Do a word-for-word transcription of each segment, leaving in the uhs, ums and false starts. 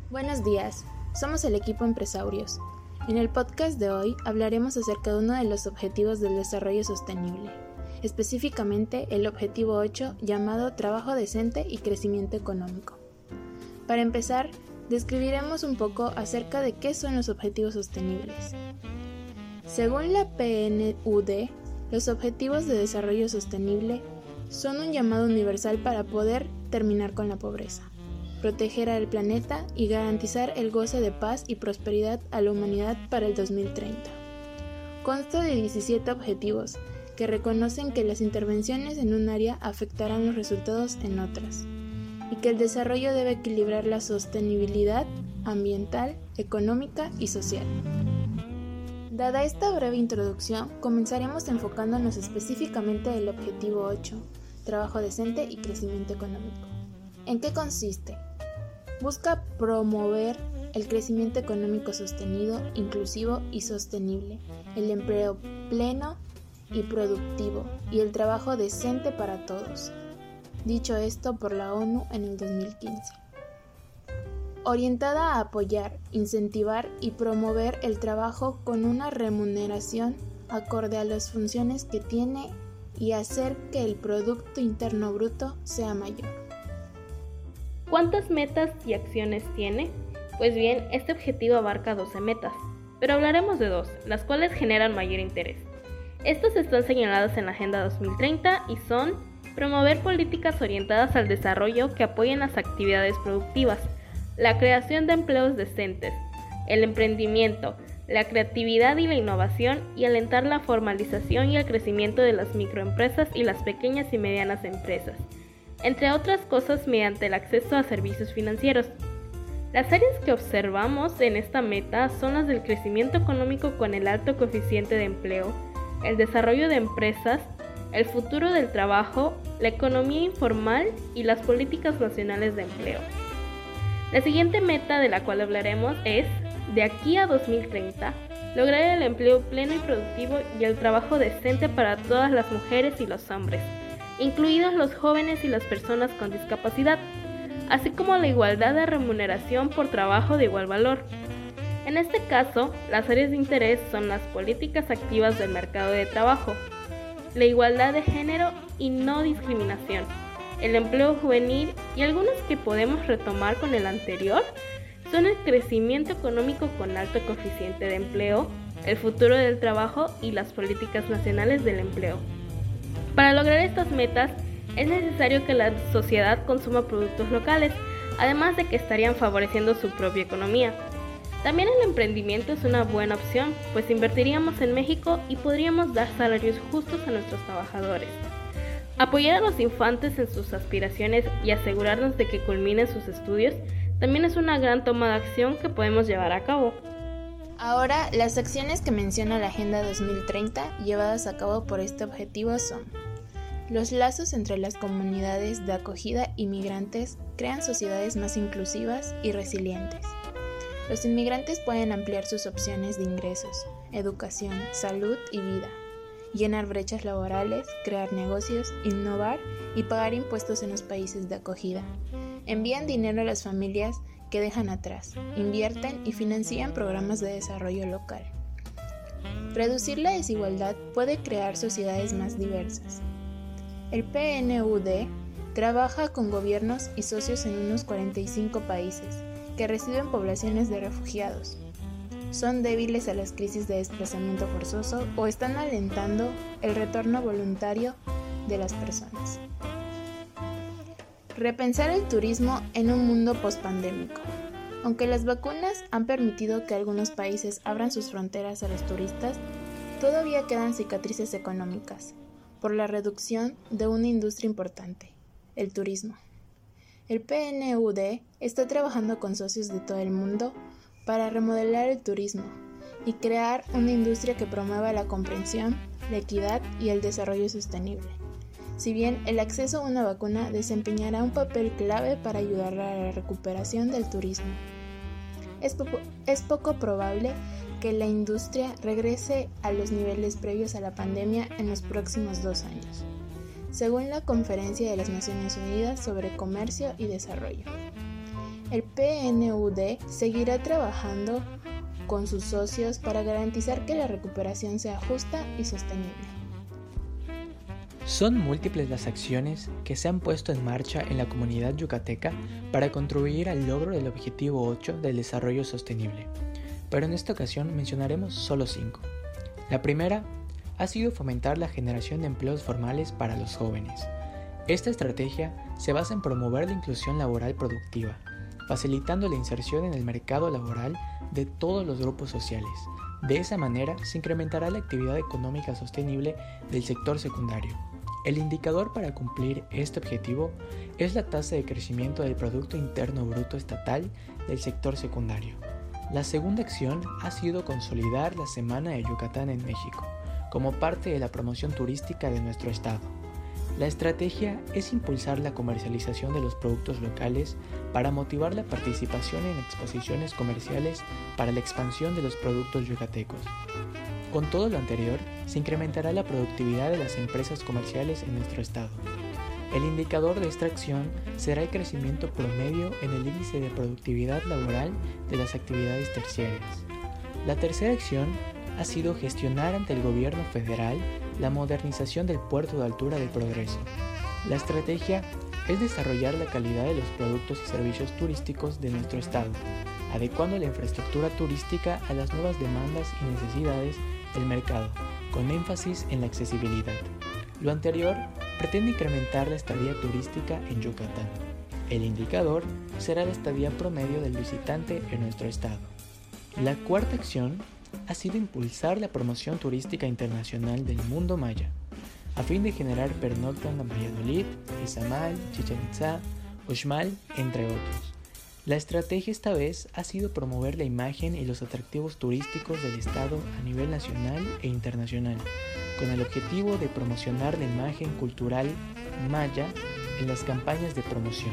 Buenos días, somos el equipo Empresaurios. En el podcast de hoy hablaremos acerca de uno de los objetivos del desarrollo sostenible, específicamente el objetivo ocho llamado Trabajo decente y crecimiento económico. Para empezar, describiremos un poco acerca de qué son los objetivos sostenibles. Según la P N U D, los objetivos de desarrollo sostenible son un llamado universal para poder terminar con la pobreza, proteger al planeta y garantizar el goce de paz y prosperidad a la humanidad para el dos mil treinta. Consta de diecisiete objetivos que reconocen que las intervenciones en un área afectarán los resultados en otras, y que el desarrollo debe equilibrar la sostenibilidad ambiental, económica y social. Dada esta breve introducción, comenzaremos enfocándonos específicamente en el objetivo ocho, trabajo decente y crecimiento económico. ¿En qué consiste? Busca promover el crecimiento económico sostenido, inclusivo y sostenible, el empleo pleno y productivo y el trabajo decente para todos. Dicho esto por la ONU en el dos mil quince. Orientada a apoyar, incentivar y promover el trabajo con una remuneración acorde a las funciones que tiene y hacer que el Producto Interno Bruto sea mayor. ¿Cuántas metas y acciones tiene? Pues bien, este objetivo abarca doce metas, pero hablaremos de dos, las cuales generan mayor interés. Estas están señaladas en la Agenda dos mil treinta y son promover políticas orientadas al desarrollo que apoyen las actividades productivas, la creación de empleos decentes, el emprendimiento, la creatividad y la innovación y alentar la formalización y el crecimiento de las microempresas y las pequeñas y medianas empresas, entre otras cosas mediante el acceso a servicios financieros. Las áreas que observamos en esta meta son las del crecimiento económico con el alto coeficiente de empleo, el desarrollo de empresas, el futuro del trabajo, la economía informal y las políticas nacionales de empleo. La siguiente meta de la cual hablaremos es, de aquí a dos mil treinta, lograr el empleo pleno y productivo y el trabajo decente para todas las mujeres y los hombres, incluidos los jóvenes y las personas con discapacidad, así como la igualdad de remuneración por trabajo de igual valor. En este caso, las áreas de interés son las políticas activas del mercado de trabajo, la igualdad de género y no discriminación, el empleo juvenil y algunas que podemos retomar con el anterior son el crecimiento económico con alto coeficiente de empleo, el futuro del trabajo y las políticas nacionales del empleo. Para lograr estas metas es necesario que la sociedad consuma productos locales, además de que estarían favoreciendo su propia economía. También el emprendimiento es una buena opción, pues invertiríamos en México y podríamos dar salarios justos a nuestros trabajadores. Apoyar a los infantes en sus aspiraciones y asegurarnos de que culminen sus estudios también es una gran toma de acción que podemos llevar a cabo. Ahora, las acciones que menciona la Agenda dos mil treinta llevadas a cabo por este objetivo son: los lazos entre las comunidades de acogida y migrantes crean sociedades más inclusivas y resilientes. Los inmigrantes pueden ampliar sus opciones de ingresos, educación, salud y vida, llenar brechas laborales, crear negocios, innovar y pagar impuestos en los países de acogida. Envían dinero a las familias que dejan atrás, invierten y financian programas de desarrollo local. Reducir la desigualdad puede crear sociedades más diversas. El P N U D trabaja con gobiernos y socios en unos cuarenta y cinco países que reciben poblaciones de refugiados. Son débiles a las crisis de desplazamiento forzoso o están alentando el retorno voluntario de las personas. Repensar el turismo en un mundo pospandémico. Aunque las vacunas han permitido que algunos países abran sus fronteras a los turistas, todavía quedan cicatrices económicas por la reducción de una industria importante, el turismo. El P N U D está trabajando con socios de todo el mundo para remodelar el turismo y crear una industria que promueva la comprensión, la equidad y el desarrollo sostenible. Si bien el acceso a una vacuna desempeñará un papel clave para ayudar a la recuperación del turismo, es, po- es poco probable que la industria regrese a los niveles previos a la pandemia en los próximos dos años, según la Conferencia de las Naciones Unidas sobre Comercio y Desarrollo. El P N U D seguirá trabajando con sus socios para garantizar que la recuperación sea justa y sostenible. Son múltiples las acciones que se han puesto en marcha en la comunidad yucateca para contribuir al logro del Objetivo ocho del Desarrollo Sostenible, pero en esta ocasión mencionaremos solo cinco. La primera ha sido fomentar la generación de empleos formales para los jóvenes. Esta estrategia se basa en promover la inclusión laboral productiva, facilitando la inserción en el mercado laboral de todos los grupos sociales. De esa manera se incrementará la actividad económica sostenible del sector secundario. El indicador para cumplir este objetivo es la tasa de crecimiento del Producto Interno Bruto Estatal del sector secundario. La segunda acción ha sido consolidar la Semana de Yucatán en México, como parte de la promoción turística de nuestro estado. La estrategia es impulsar la comercialización de los productos locales para motivar la participación en exposiciones comerciales para la expansión de los productos yucatecos. Con todo lo anterior, se incrementará la productividad de las empresas comerciales en nuestro estado. El indicador de esta acción será el crecimiento promedio en el índice de productividad laboral de las actividades terciarias. La tercera acción ha sido gestionar ante el gobierno federal la modernización del puerto de altura del Progreso. La estrategia es desarrollar la calidad de los productos y servicios turísticos de nuestro estado, adecuando la infraestructura turística a las nuevas demandas y necesidades del mercado, con énfasis en la accesibilidad. Lo anterior pretende incrementar la estadía turística en Yucatán. El indicador será la estadía promedio del visitante en nuestro estado. La cuarta acción ha sido impulsar la promoción turística internacional del mundo maya, a fin de generar pernoctas en Valladolid, Izamal, Chichén Itzá, Uxmal, entre otros. La estrategia esta vez ha sido promover la imagen y los atractivos turísticos del estado a nivel nacional e internacional, con el objetivo de promocionar la imagen cultural maya en las campañas de promoción.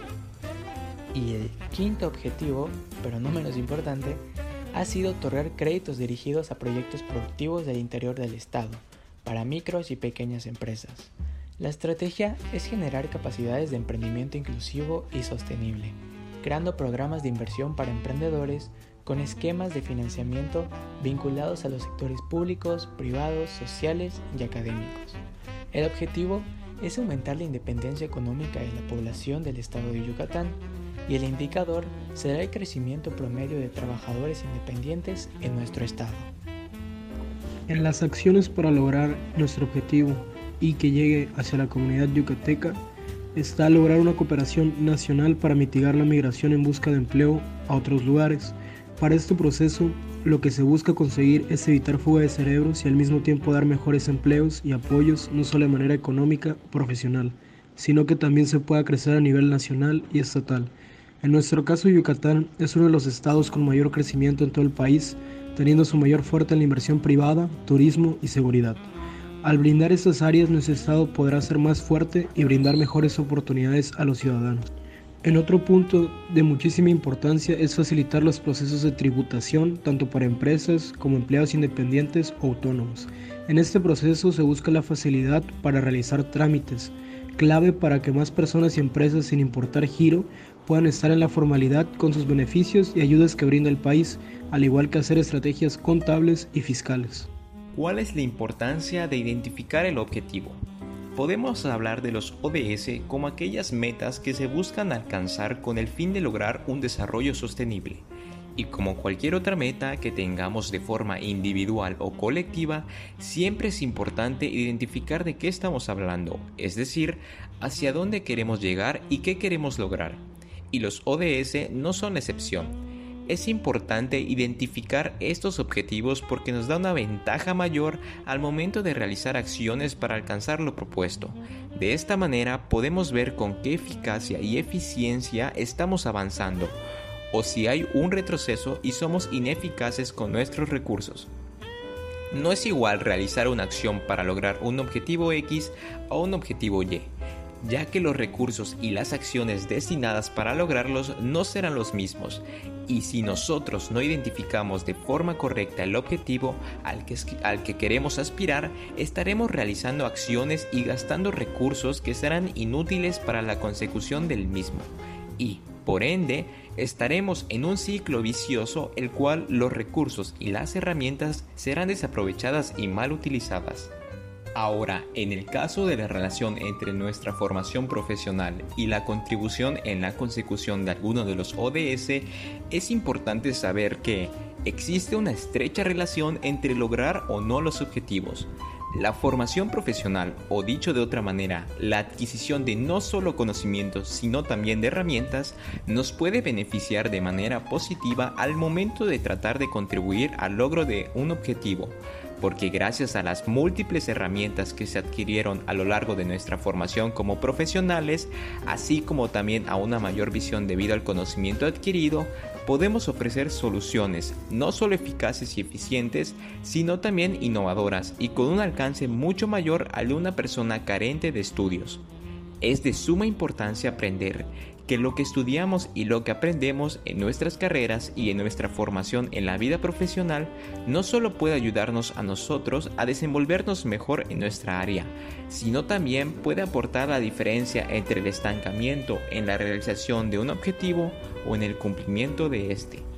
Y el quinto objetivo, pero no menos importante, ha sido otorgar créditos dirigidos a proyectos productivos del interior del estado, para micros y pequeñas empresas. La estrategia es generar capacidades de emprendimiento inclusivo y sostenible, creando programas de inversión para emprendedores con esquemas de financiamiento vinculados a los sectores públicos, privados, sociales y académicos. El objetivo es aumentar la independencia económica de la población del estado de Yucatán, y el indicador será el crecimiento promedio de trabajadores independientes en nuestro estado. En las acciones para lograr nuestro objetivo y que llegue hacia la comunidad yucateca está lograr una cooperación nacional para mitigar la migración en busca de empleo a otros lugares. Para este proceso, lo que se busca conseguir es evitar fuga de cerebros y al mismo tiempo dar mejores empleos y apoyos no solo de manera económica o profesional, sino que también se pueda crecer a nivel nacional y estatal. En nuestro caso, Yucatán es uno de los estados con mayor crecimiento en todo el país, teniendo su mayor fuerte en la inversión privada, turismo y seguridad. Al brindar estas áreas, nuestro estado podrá ser más fuerte y brindar mejores oportunidades a los ciudadanos. En otro punto de muchísima importancia es facilitar los procesos de tributación tanto para empresas como empleados independientes o autónomos. En este proceso se busca la facilidad para realizar trámites, clave para que más personas y empresas sin importar giro puedan estar en la formalidad con sus beneficios y ayudas que brinda el país, al igual que hacer estrategias contables y fiscales. ¿Cuál es la importancia de identificar el objetivo? Podemos hablar de los O D S como aquellas metas que se buscan alcanzar con el fin de lograr un desarrollo sostenible. Y como cualquier otra meta que tengamos de forma individual o colectiva, siempre es importante identificar de qué estamos hablando, es decir, hacia dónde queremos llegar y qué queremos lograr. Y los O D S no son la excepción. Es importante identificar estos objetivos porque nos da una ventaja mayor al momento de realizar acciones para alcanzar lo propuesto. De esta manera podemos ver con qué eficacia y eficiencia estamos avanzando, o si hay un retroceso y somos ineficaces con nuestros recursos. No es igual realizar una acción para lograr un objetivo X o un objetivo Y, ya que los recursos y las acciones destinadas para lograrlos no serán los mismos, y si nosotros no identificamos de forma correcta el objetivo al que, al que queremos aspirar, estaremos realizando acciones y gastando recursos que serán inútiles para la consecución del mismo. Y, Por ende, estaremos en un ciclo vicioso el cual los recursos y las herramientas serán desaprovechadas y mal utilizadas. Ahora, en el caso de la relación entre nuestra formación profesional y la contribución en la consecución de alguno de los O D S, es importante saber que existe una estrecha relación entre lograr o no los objetivos. La formación profesional, o dicho de otra manera, la adquisición de no solo conocimientos, sino también de herramientas, nos puede beneficiar de manera positiva al momento de tratar de contribuir al logro de un objetivo, porque gracias a las múltiples herramientas que se adquirieron a lo largo de nuestra formación como profesionales, así como también a una mayor visión debido al conocimiento adquirido, podemos ofrecer soluciones no solo eficaces y eficientes, sino también innovadoras y con un alcance mucho mayor al de una persona carente de estudios. Es de suma importancia aprender que lo que estudiamos y lo que aprendemos en nuestras carreras y en nuestra formación en la vida profesional no solo puede ayudarnos a nosotros a desenvolvernos mejor en nuestra área, sino también puede aportar la diferencia entre el estancamiento en la realización de un objetivo o en el cumplimiento de este.